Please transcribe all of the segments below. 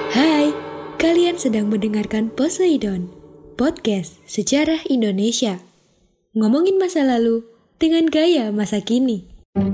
Hai, kalian sedang mendengarkan Poseidon, podcast sejarah Indonesia. Ngomongin masa lalu dengan gaya masa kini.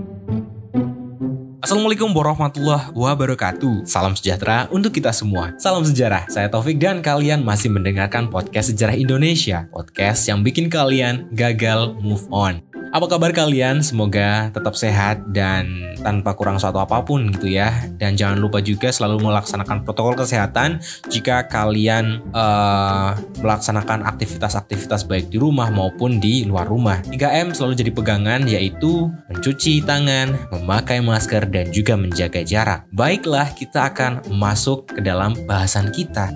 Assalamualaikum warahmatullahi wabarakatuh. Salam sejahtera untuk kita semua. Salam sejarah, saya Taufik dan kalian masih mendengarkan podcast sejarah Indonesia. Podcast yang bikin kalian gagal move on. Apa kabar kalian? Semoga tetap sehat dan tanpa kurang suatu apapun gitu ya. Dan jangan lupa juga selalu melaksanakan protokol kesehatan jika kalian melaksanakan aktivitas-aktivitas baik di rumah maupun di luar rumah. 3M selalu jadi pegangan, yaitu mencuci tangan, memakai masker, dan juga menjaga jarak. Baiklah, kita akan masuk ke dalam bahasan kita.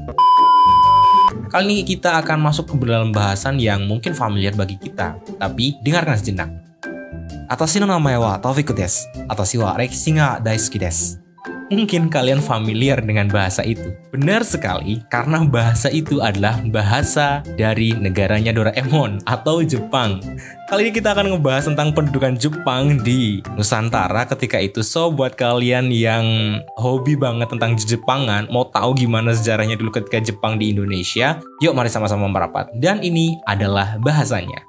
Kali ini kita akan masuk ke dalam bahasan yang mungkin familiar bagi kita, tapi dengarkan sejenak. Atashi no namae wa Taufik desu. Atashi wa rekishi ga daisuki desu. Mungkin kalian familiar dengan bahasa itu. Benar sekali, karena bahasa itu adalah bahasa dari negaranya Doraemon atau Jepang. Kali ini kita akan ngebahas tentang pendudukan Jepang di Nusantara ketika itu. So, buat kalian yang hobi banget tentang Jepangan, mau tahu gimana sejarahnya dulu ketika Jepang di Indonesia, yuk mari sama-sama merapat. Dan ini adalah bahasanya.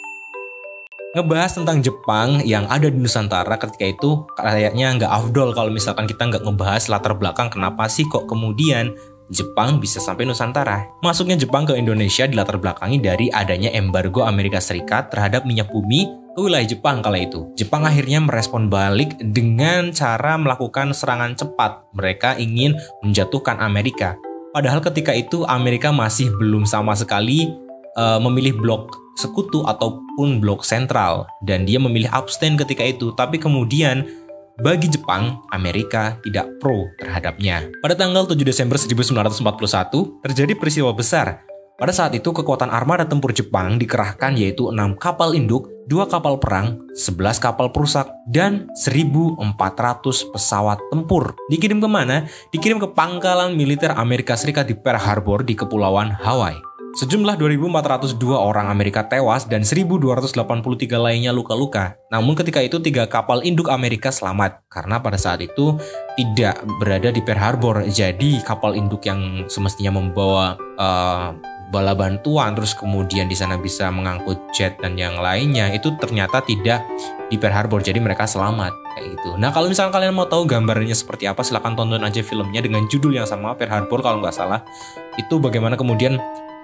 Ngebahas tentang Jepang yang ada di Nusantara ketika itu kayaknya nggak afdol kalau misalkan kita nggak ngebahas latar belakang kenapa sih kok kemudian Jepang bisa sampai Nusantara. Masuknya Jepang ke Indonesia dilatar belakangi dari adanya embargo Amerika Serikat terhadap minyak bumi ke wilayah Jepang kala itu. Jepang akhirnya merespon balik dengan cara melakukan serangan cepat. Mereka ingin menjatuhkan Amerika. Padahal ketika itu Amerika masih belum sama sekali memilih blok sekutu ataupun blok sentral, dan dia memilih abstain ketika itu. Tapi kemudian bagi Jepang, Amerika tidak pro terhadapnya. Pada tanggal 7 Desember 1941 terjadi peristiwa besar. Pada saat itu kekuatan armada tempur Jepang dikerahkan, yaitu 6 kapal induk, 2 kapal perang, 11 kapal perusak, dan 1.400 pesawat tempur. Dikirim kemana? Dikirim ke pangkalan militer Amerika Serikat di Pearl Harbor di Kepulauan Hawaii. Sejumlah 2.402 orang Amerika tewas dan 1.283 lainnya luka-luka. Namun ketika itu 3 kapal induk Amerika selamat karena pada saat itu tidak berada di Pearl Harbor. Jadi kapal induk yang semestinya membawa bala bantuan terus kemudian di sana bisa mengangkut jet dan yang lainnya itu ternyata tidak di Pearl Harbor. Jadi mereka selamat kayak gitu. Nah, kalau misalnya kalian mau tahu gambarnya seperti apa, silahkan tonton aja filmnya dengan judul yang sama, Pearl Harbor kalau nggak salah. Itu bagaimana kemudian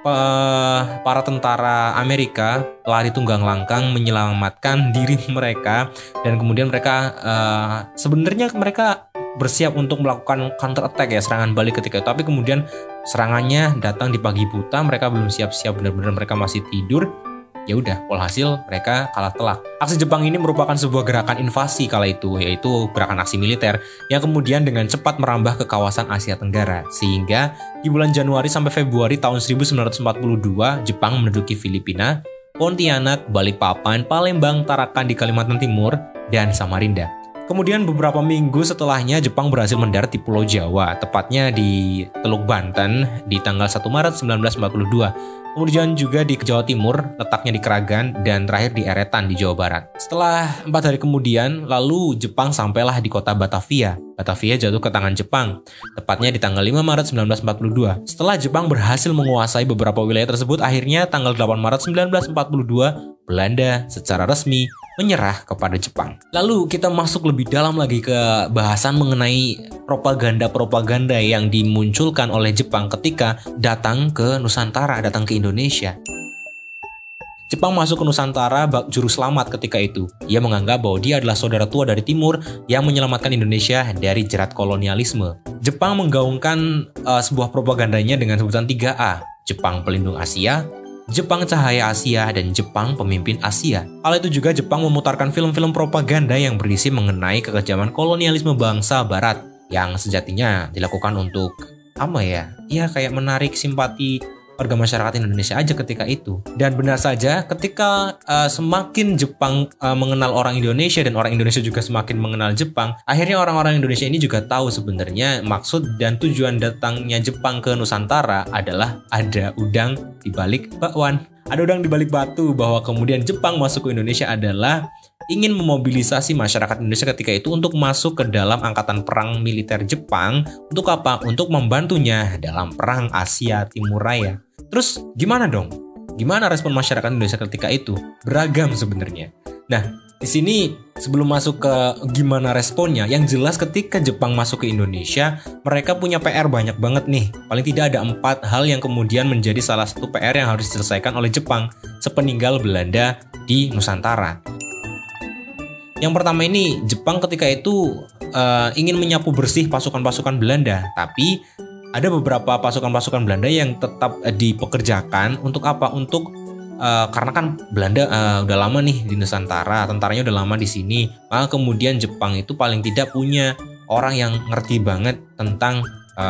para tentara Amerika lari tunggang langgang menyelamatkan diri mereka, dan kemudian mereka sebenarnya mereka bersiap untuk melakukan counter attack ya, serangan balik ketika itu. Tapi kemudian serangannya datang di pagi buta, mereka belum siap-siap, benar-benar mereka masih tidur. Ya udah, walhasil mereka kalah telak. Aksi Jepang ini merupakan sebuah gerakan invasi kala itu, yaitu gerakan aksi militer yang kemudian dengan cepat merambah ke kawasan Asia Tenggara. Sehingga di bulan Januari sampai Februari tahun 1942, Jepang menduduki Filipina, Pontianak, Balikpapan, Palembang, Tarakan di Kalimantan Timur, dan Samarinda. Kemudian beberapa minggu setelahnya Jepang berhasil mendarat di Pulau Jawa, tepatnya di Teluk Banten di tanggal 1 Maret 1942. Kemudian juga di Jawa Timur, letaknya di Kragan, dan terakhir di Eretan di Jawa Barat. Setelah 4 hari kemudian, lalu Jepang sampailah di kota Batavia. Batavia jatuh ke tangan Jepang, tepatnya di tanggal 5 Maret 1942. Setelah Jepang berhasil menguasai beberapa wilayah tersebut, akhirnya tanggal 8 Maret 1942, Belanda secara resmi menyerah kepada Jepang. Lalu kita masuk lebih dalam lagi ke bahasan mengenai propaganda-propaganda yang dimunculkan oleh Jepang ketika datang ke Nusantara, datang ke Indonesia. Jepang masuk ke Nusantara bak juru selamat ketika itu. Ia menganggap bahwa dia adalah saudara tua dari Timur yang menyelamatkan Indonesia dari jerat kolonialisme. Jepang menggaungkan sebuah propagandanya dengan sebutan 3A. Jepang Pelindung Asia, Jepang Cahaya Asia, dan Jepang Pemimpin Asia. Hal itu juga Jepang memutarkan film-film propaganda yang berisi mengenai kekejaman kolonialisme bangsa Barat yang sejatinya dilakukan untuk ya kayak menarik simpati warga masyarakat Indonesia aja ketika itu. Dan benar saja ketika semakin Jepang mengenal orang Indonesia dan orang Indonesia juga semakin mengenal Jepang, akhirnya orang-orang Indonesia ini juga tahu sebenarnya maksud dan tujuan datangnya Jepang ke Nusantara adalah ada udang di balik bakwan. Ada udang di balik batu, bahwa kemudian Jepang masuk ke Indonesia adalah ingin memobilisasi masyarakat Indonesia ketika itu untuk masuk ke dalam angkatan perang militer Jepang. Untuk apa? Untuk membantunya dalam perang Asia Timur Raya. Terus gimana dong? Gimana respon masyarakat Indonesia ketika itu? Beragam sebenarnya. Nah, di sini sebelum masuk ke gimana responnya, yang jelas ketika Jepang masuk ke Indonesia, mereka punya PR banyak banget nih. Paling tidak ada 4 hal yang kemudian menjadi salah satu PR yang harus diselesaikan oleh Jepang sepeninggal Belanda di Nusantara. Yang pertama ini, Jepang ketika itu ingin menyapu bersih pasukan-pasukan Belanda, tapi ada beberapa pasukan-pasukan Belanda yang tetap dipekerjakan untuk apa? Karena kan Belanda udah lama nih di Nusantara, tentaranya udah lama di sini, maka kemudian Jepang itu paling tidak punya orang yang ngerti banget tentang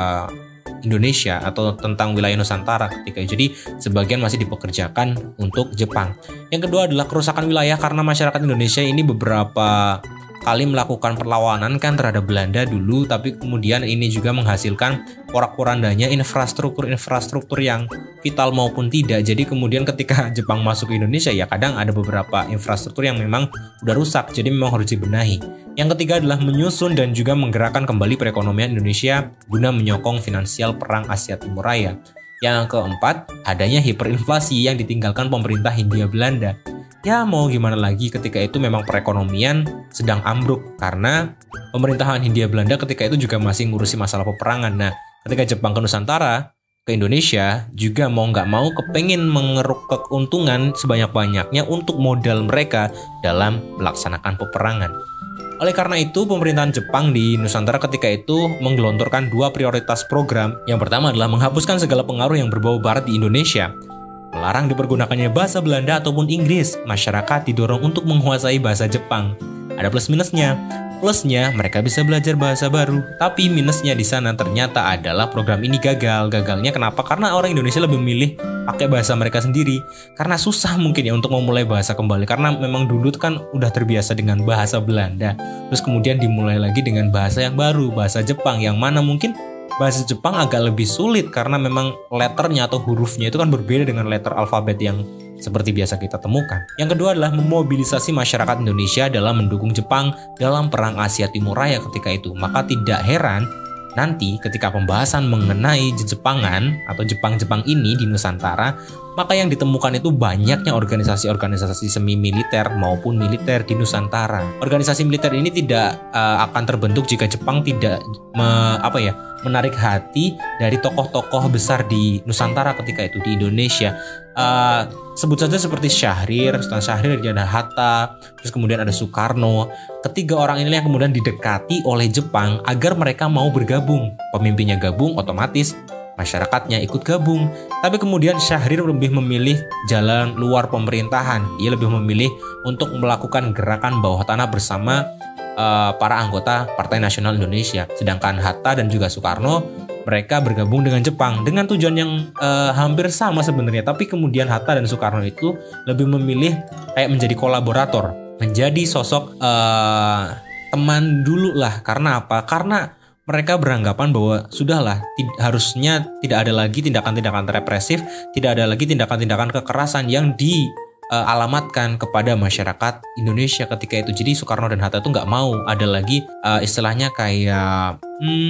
Indonesia atau tentang wilayah Nusantara ketika itu. Jadi sebagian masih dipekerjakan untuk Jepang. Yang kedua adalah kerusakan wilayah, karena masyarakat Indonesia ini beberapa kali melakukan perlawanan kan terhadap Belanda dulu, tapi kemudian ini juga menghasilkan porak-porandanya infrastruktur yang vital maupun tidak. Jadi kemudian ketika Jepang masuk ke Indonesia, ya kadang ada beberapa infrastruktur yang memang udah rusak, jadi memang harus dibenahi. Yang ketiga adalah menyusun dan juga menggerakkan kembali perekonomian Indonesia guna menyokong finansial perang Asia Timur Raya. Yang keempat, adanya hiperinflasi yang ditinggalkan pemerintah Hindia Belanda. Ya mau gimana lagi, ketika itu memang perekonomian sedang ambruk karena pemerintahan Hindia Belanda ketika itu juga masih ngurusi masalah peperangan. Nah, ketika Jepang ke Nusantara, ke Indonesia, juga mau nggak mau kepengen mengeruk keuntungan sebanyak-banyaknya untuk modal mereka dalam melaksanakan peperangan. Oleh karena itu, pemerintahan Jepang di Nusantara ketika itu menggelontorkan 2 prioritas program. Yang pertama adalah menghapuskan segala pengaruh yang berbau barat di Indonesia. Melarang dipergunakannya bahasa Belanda ataupun Inggris. Masyarakat didorong untuk menguasai bahasa Jepang. Ada plus minusnya. Plusnya, mereka bisa belajar bahasa baru. Tapi minusnya di sana ternyata adalah program ini gagal. Gagalnya kenapa? Karena orang Indonesia lebih memilih pakai bahasa mereka sendiri. Karena susah mungkin ya untuk memulai bahasa kembali. Karena memang dulu kan udah terbiasa dengan bahasa Belanda. Terus kemudian dimulai lagi dengan bahasa yang baru, bahasa Jepang. Yang mana mungkin bahasa Jepang agak lebih sulit karena memang letternya atau hurufnya itu kan berbeda dengan letter alfabet yang seperti biasa kita temukan. Yang kedua adalah memobilisasi masyarakat Indonesia dalam mendukung Jepang dalam perang Asia Timur Raya ketika itu. Maka tidak heran nanti ketika pembahasan mengenai Jepangan atau Jepang-Jepang ini di Nusantara, maka yang ditemukan itu banyaknya organisasi-organisasi semi militer maupun militer di Nusantara. Organisasi militer ini tidak akan terbentuk jika Jepang tidak menarik hati dari tokoh-tokoh besar di Nusantara ketika itu di Indonesia. Sebut saja seperti Sultan Syahrir, ada Hatta, terus kemudian ada Soekarno. Ketiga orang inilah yang kemudian didekati oleh Jepang agar mereka mau bergabung. Pemimpinnya gabung, otomatis masyarakatnya ikut gabung. Tapi kemudian Syahrir lebih memilih jalan luar pemerintahan. Dia lebih memilih untuk melakukan gerakan bawah tanah bersama para anggota Partai Nasional Indonesia. Sedangkan Hatta dan juga Soekarno, mereka bergabung dengan Jepang dengan tujuan yang hampir sama sebenarnya. Tapi kemudian Hatta dan Soekarno itu lebih memilih kayak menjadi kolaborator, menjadi sosok teman dulu lah. Karena apa? Karena mereka beranggapan bahwa sudahlah, harusnya tidak ada lagi tindakan-tindakan represif, tidak ada lagi tindakan-tindakan kekerasan yang dialamatkan kepada masyarakat Indonesia ketika itu. Jadi Soekarno dan Hatta itu nggak mau ada lagi istilahnya kayak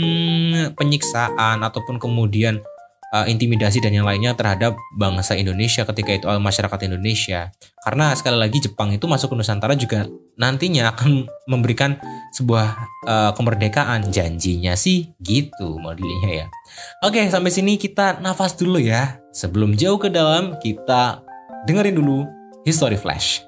penyiksaan ataupun kemudian intimidasi dan yang lainnya terhadap bangsa Indonesia ketika itu, masyarakat Indonesia. Karena sekali lagi Jepang itu masuk ke Nusantara juga nantinya akan memberikan sebuah kemerdekaan, janjinya sih gitu modelnya ya. Oke, sampai sini kita nafas dulu ya. Sebelum jauh ke dalam, kita dengerin dulu History Flash.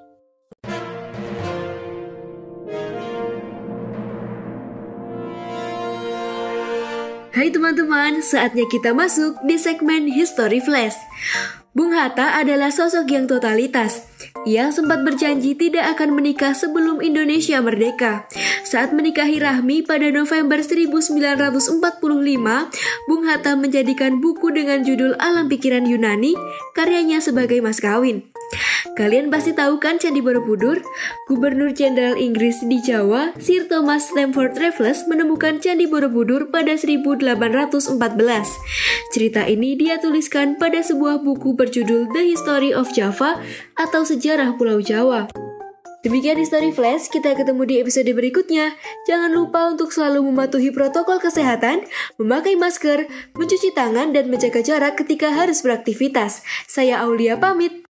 Hai teman-teman, saatnya kita masuk di segmen History Flash. Bung Hatta adalah sosok yang totalitas. Ia sempat berjanji tidak akan menikah sebelum Indonesia merdeka. Saat menikahi Rahmi pada November 1945, Bung Hatta menjadikan buku dengan judul Alam Pikiran Yunani, karyanya sebagai mas kawin. Kalian pasti tahu kan Candi Borobudur? Gubernur Jenderal Inggris di Jawa, Sir Thomas Stamford Raffles menemukan Candi Borobudur pada 1814. Cerita ini dia tuliskan pada sebuah buku berjudul The History of Java atau Sejarah Pulau Jawa. Demikian History Flash, kita ketemu di episode berikutnya. Jangan lupa untuk selalu mematuhi protokol kesehatan, memakai masker, mencuci tangan, dan menjaga jarak ketika harus beraktivitas. Saya Aulia pamit.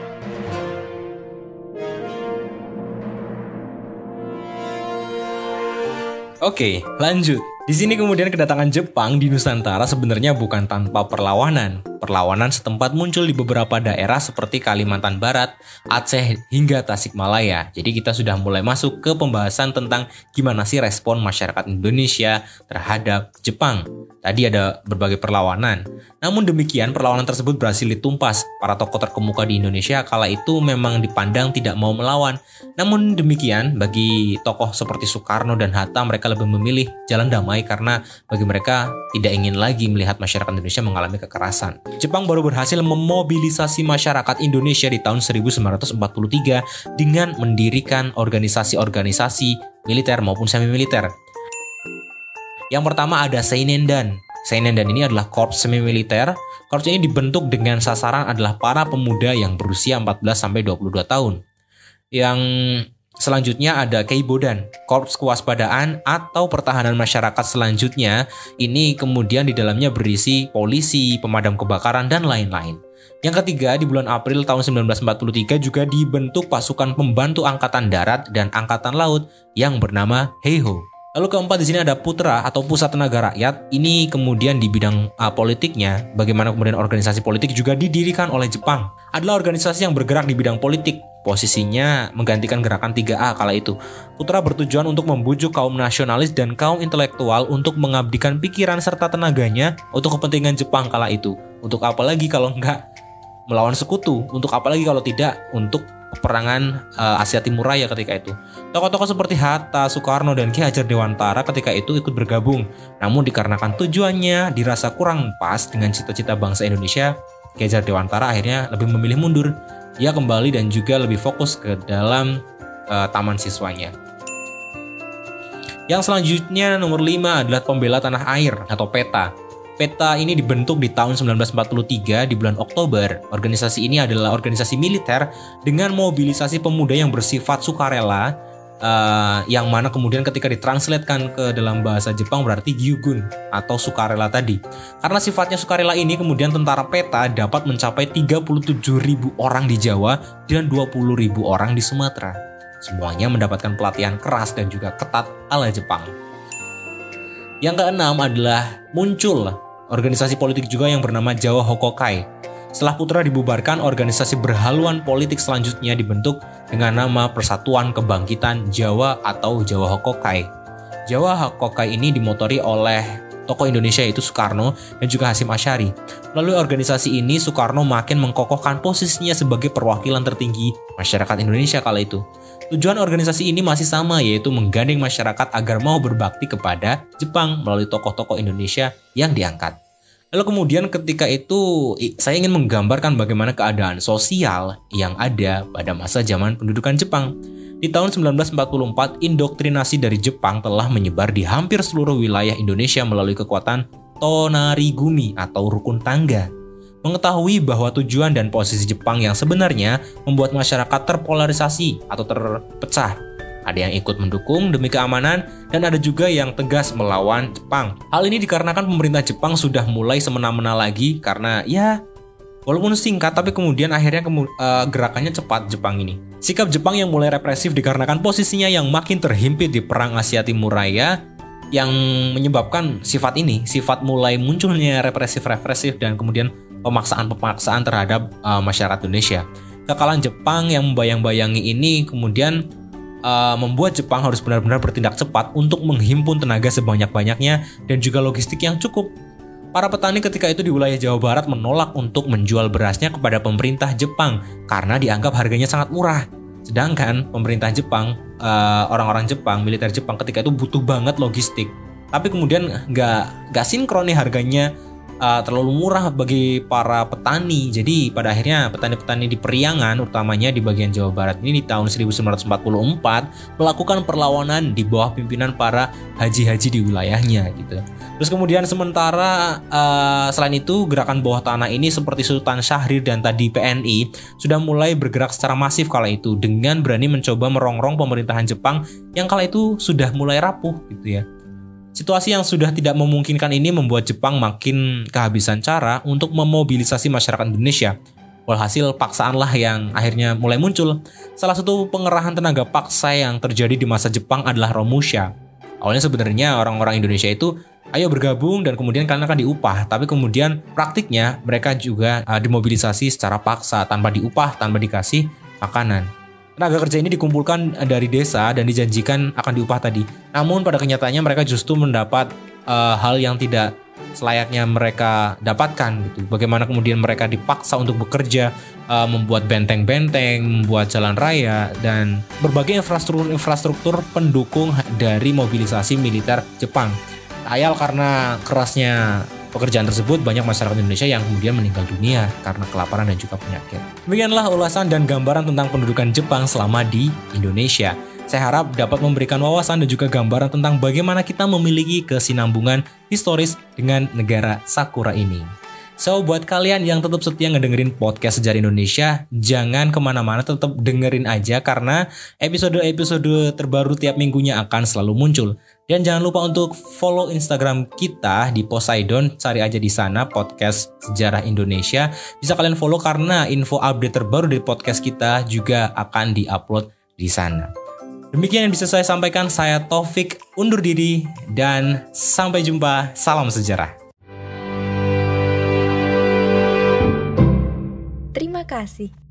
Oke, lanjut. Di sini kemudian kedatangan Jepang di Nusantara sebenarnya bukan tanpa perlawanan. Perlawanan setempat muncul di beberapa daerah seperti Kalimantan Barat, Aceh, hingga Tasikmalaya. Jadi kita sudah mulai masuk ke pembahasan tentang gimana sih respon masyarakat Indonesia terhadap Jepang. Tadi ada berbagai perlawanan. Namun demikian, perlawanan tersebut berhasil ditumpas. Para tokoh terkemuka di Indonesia kala itu memang dipandang tidak mau melawan. Namun demikian, bagi tokoh seperti Soekarno dan Hatta, mereka lebih memilih jalan damai karena bagi mereka tidak ingin lagi melihat masyarakat Indonesia mengalami kekerasan. Jepang baru berhasil memobilisasi masyarakat Indonesia di tahun 1943 dengan mendirikan organisasi-organisasi militer maupun semi-militer. Yang pertama ada Seinendan. Seinendan ini adalah korps semi-militer. Korps ini dibentuk dengan sasaran adalah para pemuda yang berusia 14-22 tahun. Yang selanjutnya ada Keibodan, korps kewaspadaan atau pertahanan masyarakat selanjutnya. Ini kemudian di dalamnya berisi polisi, pemadam kebakaran, dan lain-lain. Yang ketiga, di bulan April tahun 1943 juga dibentuk pasukan pembantu angkatan darat dan angkatan laut yang bernama Heiho. Lalu keempat di sini ada Putra atau Pusat Tenaga Rakyat. Ini kemudian di bidang politiknya, bagaimana kemudian organisasi politik juga didirikan oleh Jepang. Adalah organisasi yang bergerak di bidang politik. Posisinya menggantikan gerakan 3A kala itu. Putra bertujuan untuk membujuk kaum nasionalis dan kaum intelektual untuk mengabdikan pikiran serta tenaganya untuk kepentingan Jepang kala itu. Untuk apa lagi kalau enggak melawan sekutu? Untuk apa lagi kalau tidak untuk peperangan Asia Timur Raya ketika itu. Tokoh-tokoh seperti Hatta, Soekarno, dan Ki Hajar Dewantara ketika itu ikut bergabung. Namun dikarenakan tujuannya dirasa kurang pas dengan cita-cita bangsa Indonesia, Ki Hajar Dewantara akhirnya lebih memilih mundur. Dia kembali dan juga lebih fokus ke dalam taman siswanya. Yang selanjutnya nomor 5 adalah Pembela Tanah Air atau PETA. PETA ini dibentuk di tahun 1943 di bulan Oktober. Organisasi ini adalah organisasi militer dengan mobilisasi pemuda yang bersifat sukarela, yang mana kemudian ketika ditranslatekan ke dalam bahasa Jepang berarti gyugun atau sukarela tadi. Karena sifatnya sukarela ini kemudian tentara PETA dapat mencapai 37.000 orang di Jawa dan 20.000 orang di Sumatera. Semuanya mendapatkan pelatihan keras dan juga ketat ala Jepang. Yang keenam adalah muncul organisasi politik juga yang bernama Jawa Hokokai. Setelah Putra dibubarkan, organisasi berhaluan politik selanjutnya dibentuk dengan nama Persatuan Kebangkitan Jawa atau Jawa Hokokai. Jawa Hokokai ini dimotori oleh tokoh Indonesia yaitu Soekarno dan juga Hasyim Asyari. Melalui organisasi ini, Soekarno makin mengkokohkan posisinya sebagai perwakilan tertinggi masyarakat Indonesia kala itu. Tujuan organisasi ini masih sama, yaitu menggandeng masyarakat agar mau berbakti kepada Jepang melalui tokoh-tokoh Indonesia yang diangkat. Lalu kemudian ketika itu saya ingin menggambarkan bagaimana keadaan sosial yang ada pada masa zaman pendudukan Jepang. Di tahun 1944, indoktrinasi dari Jepang telah menyebar di hampir seluruh wilayah Indonesia melalui kekuatan Tonarigumi atau rukun tangga. Mengetahui bahwa tujuan dan posisi Jepang yang sebenarnya membuat masyarakat terpolarisasi atau terpecah. Ada yang ikut mendukung demi keamanan dan ada juga yang tegas melawan Jepang. Hal ini dikarenakan pemerintah Jepang sudah mulai semena-mena lagi karena ya walaupun singkat tapi kemudian akhirnya gerakannya cepat Jepang ini. Sikap Jepang yang mulai represif dikarenakan posisinya yang makin terhimpit di Perang Asia Timur Raya yang menyebabkan sifat mulai munculnya represif dan kemudian pemaksaan terhadap masyarakat Indonesia. Kekalahan Jepang yang membayang-bayangi ini kemudian membuat Jepang harus benar-benar bertindak cepat untuk menghimpun tenaga sebanyak-banyaknya dan juga logistik yang cukup. Para petani ketika itu di wilayah Jawa Barat menolak untuk menjual berasnya kepada pemerintah Jepang karena dianggap harganya sangat murah. Sedangkan pemerintah Jepang, orang-orang Jepang, militer Jepang ketika itu butuh banget logistik. Tapi kemudian nggak sinkron nih harganya terlalu murah bagi para petani. Jadi pada akhirnya petani-petani di Periangan, utamanya di bagian Jawa Barat ini di tahun 1944 melakukan perlawanan di bawah pimpinan para haji-haji di wilayahnya gitu. Terus kemudian sementara selain itu gerakan bawah tanah ini seperti Sultan Syahrir dan tadi PNI sudah mulai bergerak secara masif kala itu dengan berani mencoba merongrong pemerintahan Jepang yang kala itu sudah mulai rapuh gitu ya. Situasi yang sudah tidak memungkinkan ini membuat Jepang makin kehabisan cara untuk memobilisasi masyarakat Indonesia. Walhasil paksaanlah yang akhirnya mulai muncul. Salah satu pengerahan tenaga paksa yang terjadi di masa Jepang adalah Romusha. Awalnya sebenarnya orang-orang Indonesia itu ayo bergabung dan kemudian kalian akan diupah. Tapi kemudian praktiknya mereka juga dimobilisasi secara paksa tanpa diupah, tanpa dikasih makanan. Tenaga kerja ini dikumpulkan dari desa dan dijanjikan akan diupah tadi. Namun pada kenyataannya mereka justru mendapat hal yang tidak selayaknya mereka dapatkan gitu. Bagaimana kemudian mereka dipaksa untuk bekerja, membuat benteng-benteng, membuat jalan raya dan berbagai infrastruktur pendukung dari mobilisasi militer Jepang. Ayal karena kerasnya pekerjaan tersebut, banyak masyarakat Indonesia yang kemudian meninggal dunia karena kelaparan dan juga penyakit. Demikianlah ulasan dan gambaran tentang pendudukan Jepang selama di Indonesia. Saya harap dapat memberikan wawasan dan juga gambaran tentang bagaimana kita memiliki kesinambungan historis dengan negara Sakura ini. So, buat kalian yang tetap setia ngedengerin podcast Sejarah Indonesia, jangan kemana-mana, tetap dengerin aja karena episode-episode terbaru tiap minggunya akan selalu muncul. Dan jangan lupa untuk follow Instagram kita di Poseidon, cari aja di sana podcast Sejarah Indonesia. Bisa kalian follow karena info update terbaru dari podcast kita juga akan diupload di sana. Demikian yang bisa saya sampaikan, saya Taufik undur diri dan sampai jumpa, salam sejarah. Terima kasih.